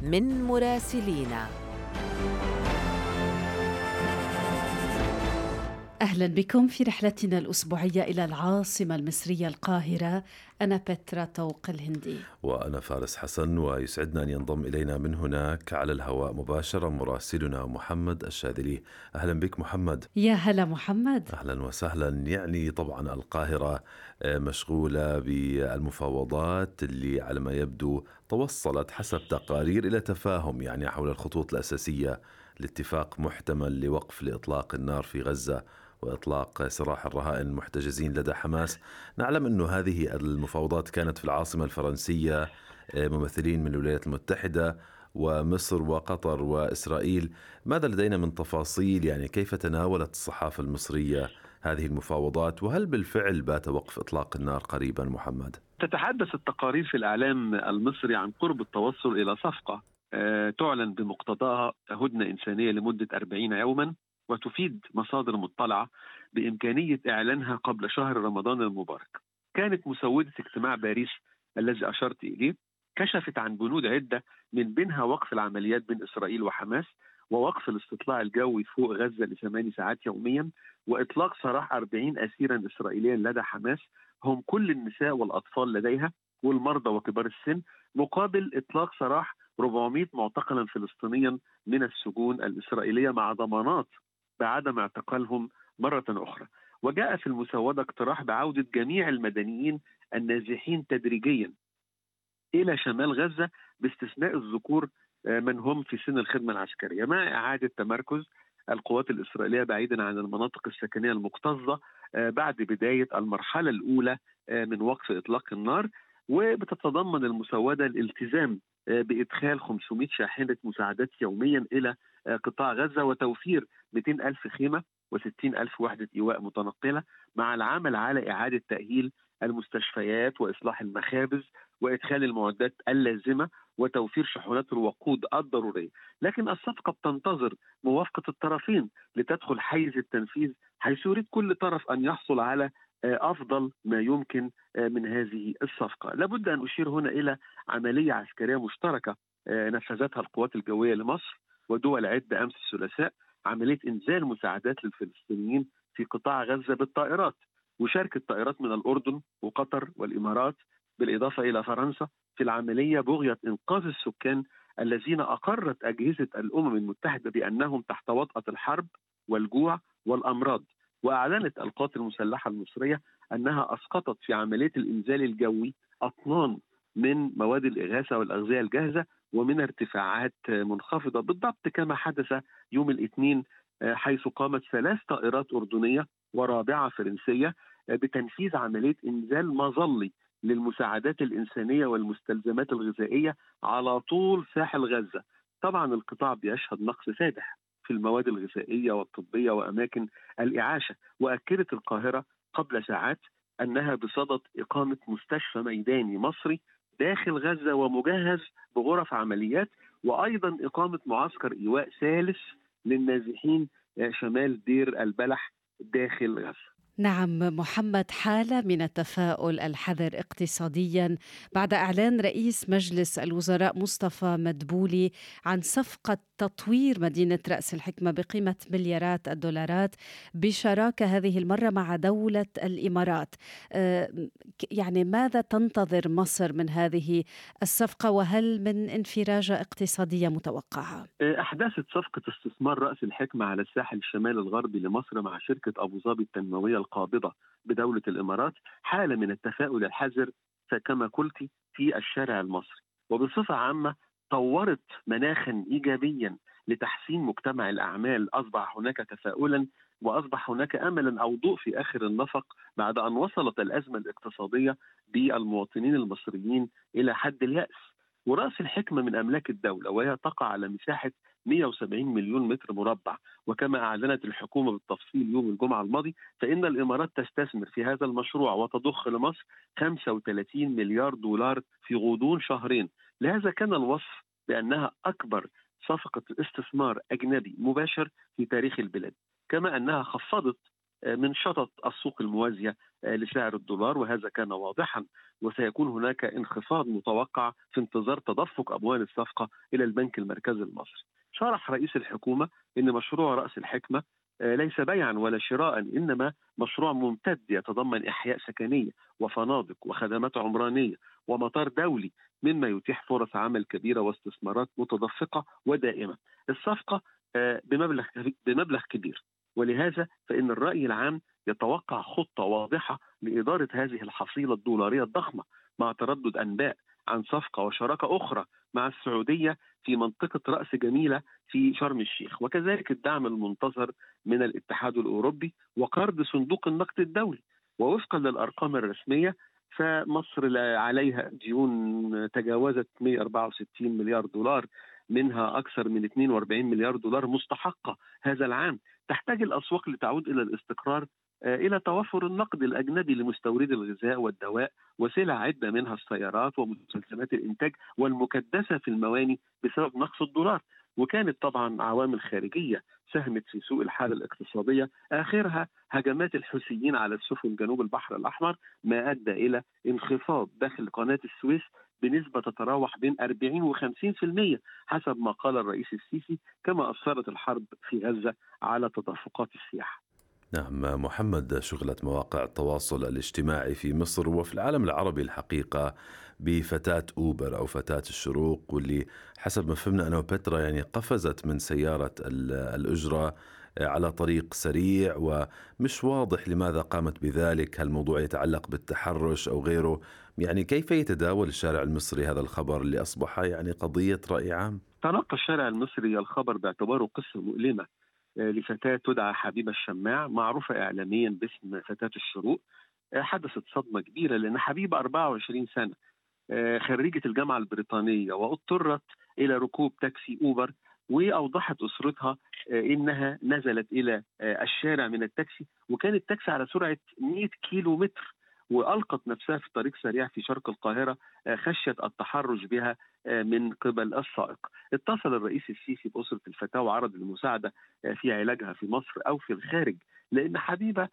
من مراسلينا. أهلا بكم في رحلتنا الأسبوعية إلى العاصمة المصرية القاهرة. أنا بترا طوق الهندي وأنا فارس حسن، ويسعدنا أن ينضم إلينا من هناك على الهواء مباشرة مراسلنا محمد الشاذلي. أهلا بك محمد. يا هلا محمد. أهلا وسهلا. يعني طبعا القاهرة مشغولة بالمفاوضات اللي على ما يبدو توصلت حسب تقارير إلى تفاهم يعني حول الخطوط الأساسية لاتفاق محتمل لوقف لإطلاق النار في غزة وإطلاق سراح الرهائن المحتجزين لدى حماس. نعلم أن هذه المفاوضات كانت في العاصمة الفرنسية، ممثلين من الولايات المتحدة ومصر وقطر وإسرائيل. ماذا لدينا من تفاصيل؟ يعني كيف تناولت الصحافة المصرية هذه المفاوضات، وهل بالفعل بات وقف إطلاق النار قريبا محمد؟ تتحدث التقارير في الإعلام المصري عن قرب التوصل إلى صفقة تعلن بمقتضاها هدنة إنسانية لمدة 40 يوما، وتفيد مصادر مطلعة بإمكانية إعلانها قبل شهر رمضان المبارك. كانت مسودة اجتماع باريس الذي أشرت إليه كشفت عن بنود عدة، من بينها وقف العمليات بين إسرائيل وحماس، ووقف الاستطلاع الجوي فوق غزة ل8 ساعات يوميا، وإطلاق سراح 40 أسيرا إسرائيليا لدى حماس، هم كل النساء والأطفال لديها والمرضى وكبار السن، مقابل إطلاق سراح 400 معتقلا فلسطينيا من السجون الإسرائيلية مع ضمانات بعدم اعتقالهم مرة أخرى. وجاء في المسودة اقتراح بعودة جميع المدنيين النازحين تدريجيا إلى شمال غزة باستثناء الذكور من هم في سن الخدمة العسكرية، مع إعادة تمركز القوات الإسرائيلية بعيدا عن المناطق السكنية المكتظة بعد بداية المرحلة الأولى من وقف إطلاق النار. وبتتضمن المسودة الالتزام بإدخال 500 شاحنة مساعدات يوميا إلى قطاع غزة، وتوفير 200 ألف خيمة و60 ألف وحدة إيواء متنقلة، مع العمل على إعادة تأهيل المستشفيات وإصلاح المخابز وإدخال المعدات اللازمة وتوفير شحنات الوقود الضرورية. لكن الصفقة بتنتظر موافقة الطرفين لتدخل حيز التنفيذ، حيث يريد كل طرف أن يحصل على أفضل ما يمكن من هذه الصفقة. لابد أن أشير هنا إلى عملية عسكرية مشتركة نفذتها القوات الجوية لمصر ودول عدة أمس الثلاثاء، عملية إنزال مساعدات للفلسطينيين في قطاع غزة بالطائرات، وشاركت طائرات من الأردن وقطر والإمارات بالإضافة إلى فرنسا في العملية، بغية إنقاذ السكان الذين أقرت أجهزة الأمم المتحدة بأنهم تحت وطأة الحرب والجوع والأمراض. وأعلنت القوات المسلحة المصرية أنها أسقطت في عملية الإنزال الجوي أطنان من مواد الإغاثة والأغذية الجاهزة ومن ارتفاعات منخفضة، بالضبط كما حدث يوم الاثنين، حيث قامت 3 طائرات أردنية ورابعة فرنسية بتنفيذ عملية إنزال مظلي للمساعدات الإنسانية والمستلزمات الغذائية على طول ساحل غزة. طبعا القطاع بيشهد نقص فادح في المواد الغذائية والطبية وأماكن الإعاشة. وأكدت القاهرة قبل ساعات أنها بصدد إقامة مستشفى ميداني مصري داخل غزة ومجهز بغرف عمليات، وأيضا إقامة معسكر إيواء ثالث للنازحين شمال دير البلح داخل غزة. نعم محمد، حالة من التفاؤل الحذر اقتصاديا بعد إعلان رئيس مجلس الوزراء مصطفى مدبولي عن صفقة تطوير مدينة رأس الحكمة بقيمة مليارات الدولارات بشراكة هذه المرة مع دولة الإمارات. يعني ماذا تنتظر مصر من هذه الصفقة، وهل من انفراجة اقتصادية متوقعة؟ أحدثت صفقة استثمار رأس الحكمة على الساحل الشمالي الغربي لمصر مع شركة أبو ظبي التنموية القابضة بدولة الإمارات حالة من التفاؤل الحذر كما قلت في الشارع المصري، وبصفة عامة طورت مناخا إيجابيا لتحسين مجتمع الأعمال. أصبح هناك تفاؤلا وأصبح هناك أملا أو ضوء في آخر النفق بعد أن وصلت الأزمة الاقتصادية بالمواطنين المصريين إلى حد اليأس. ورأس الحكمة من أملاك الدولة، وهي تقع على مساحة 170 مليون متر مربع، وكما أعلنت الحكومة بالتفصيل يوم الجمعة الماضي فإن الإمارات تستثمر في هذا المشروع وتضخ لمصر 35 مليار دولار في غضون شهرين. لهذا كان الوصف بأنها أكبر صفقة استثمار أجنبي مباشر في تاريخ البلاد، كما أنها خفضت من شطط السوق الموازية لسعر الدولار، وهذا كان واضحا، وسيكون هناك انخفاض متوقع في انتظار تدفق أموال الصفقة إلى البنك المركزي المصري. شرح رئيس الحكومة أن مشروع رأس الحكمة ليس بيعا ولا شراء، إنما مشروع ممتد يتضمن إحياء سكنية وفنادق وخدمات عمرانية ومطار دولي، مما يتيح فرص عمل كبيرة واستثمارات متدفقة ودائمة. الصفقة بمبلغ كبير، ولهذا فإن الرأي العام يتوقع خطة واضحة لإدارة هذه الحصيلة الدولارية الضخمة، مع تردد أنباء عن صفقة وشراكة أخرى مع السعودية في منطقة رأس جميلة في شرم الشيخ، وكذلك الدعم المنتظر من الاتحاد الأوروبي وقرض صندوق النقد الدولي. ووفقا للأرقام الرسمية فمصر عليها ديون تجاوزت 164 مليار دولار، منها أكثر من 42 مليار دولار مستحقة هذا العام. تحتاج الأسواق لتعود إلى الاستقرار، إلى توفر النقد الأجنبي لمستوردي الغذاء والدواء وسلع عدة منها السيارات ومستلزمات الإنتاج والمكدسة في المواني بسبب نقص الدولار. وكانت طبعا عوامل خارجية ساهمت في سوء الحالة الاقتصادية، آخرها هجمات الحوثيين على السفن جنوب البحر الأحمر، ما أدى إلى انخفاض داخل قناة السويس بنسبة تتراوح بين 40 و 50% حسب ما قال الرئيس السيسي، كما أثرت الحرب في غزة على تدفقات السياحة. نعم محمد، شغلت مواقع التواصل الاجتماعي في مصر وفي العالم العربي الحقيقة بفتاة أوبر أو فتاة الشروق، واللي حسب ما فهمنا أنا وبترا يعني قفزت من سيارة الأجرة على طريق سريع، ومش واضح لماذا قامت بذلك. هل الموضوع يتعلق بالتحرش أو غيره؟ يعني كيف يتداول الشارع المصري هذا الخبر اللي أصبح يعني قضية رأي عام؟ تلقى الشارع المصري الخبر باعتباره قصة مؤلمة لفتاة تدعى حبيبة الشماع، معروفة إعلاميا باسم فتاة الشروق. حدثت صدمة كبيرة لأن حبيبة 24 سنة، خريجة الجامعة البريطانية، واضطرت إلى ركوب تاكسي أوبر، وأوضحت أسرتها إنها نزلت إلى الشارع من التاكسي، وكان التاكسي على سرعة 100 كيلو متر، وألقت نفسها في طريق سريع في شرق القاهرة خشية التحرش بها من قبل السائق. اتصل الرئيس السيسي بأسرة الفتاة وعرض المساعدة في علاجها في مصر أو في الخارج، لأن حبيبة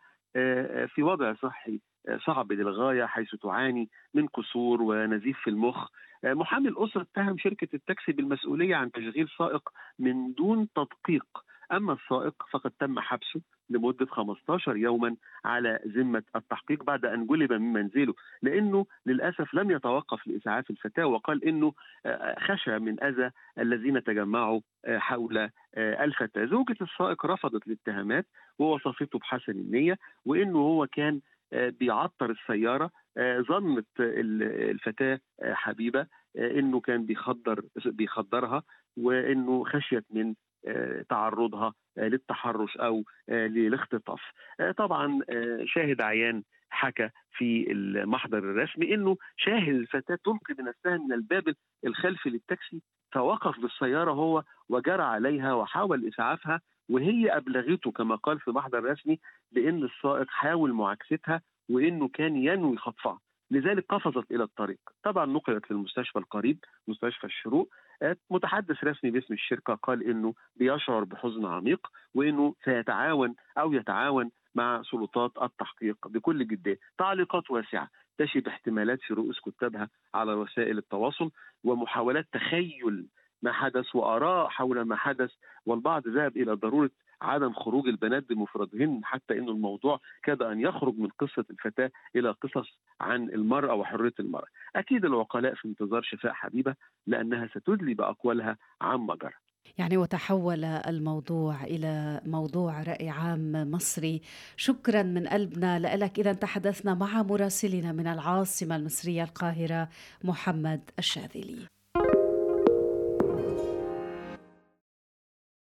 في وضع صحي صعب للغاية، حيث تعاني من كسور ونزيف في المخ. محامي الأسرة اتهم شركة التاكسي بالمسؤولية عن تشغيل سائق من دون تدقيق، أما السائق فقد تم حبسه لمدة 15 يوما على ذمة التحقيق بعد أن جلب من منزله، لأنه للأسف لم يتوقف لإسعاف الفتاة، وقال إنه خشى من أذى الذين تجمعوا حول الفتاة. زوجة السائق رفضت الاتهامات ووصفته بحسن النية، وإنه هو كان بيعطر السيارة. ظنت الفتاة حبيبة إنه كان بيخدرها، وإنه خشيت من تعرضها للتحرش أو للاختطاف. طبعا شاهد عيان حكى في المحضر الرسمي إنه شاهد الفتاة تلقي بنفسها من الباب الخلفي للتاكسي، فوقف بالسيارة هو وجرى عليها وحاول إسعافها، وهي أبلغته كما قال في محضر رسمي بأن السائق حاول معاكستها وإنه كان ينوي خطفها، لذلك قفزت إلى الطريق. طبعا نقلت للمستشفى القريب، مستشفى الشروق. متحدث رسمي باسم الشركة قال إنه بيشعر بحزن عميق، وإنه يتعاون مع سلطات التحقيق بكل جدية. تعليقات واسعة تشي احتمالات في رؤوس كتابها على وسائل التواصل، ومحاولات تخيل ما حدث وآراء حول ما حدث، والبعض ذهب إلى ضرورة عدم خروج البنات بمفردهن، حتى إن الموضوع كاد أن يخرج من قصة الفتاة إلى قصص عن المرأة وحرية المرأة. أكيد العقلاء في انتظار شفاء حبيبة، لأنها ستدلي بأقوالها عما جرى. يعني وتحول الموضوع إلى موضوع رأي عام مصري. شكرا من قلبنا لك. إذا تحدثنا مع مراسلنا من العاصمة المصرية القاهرة محمد الشاذلي.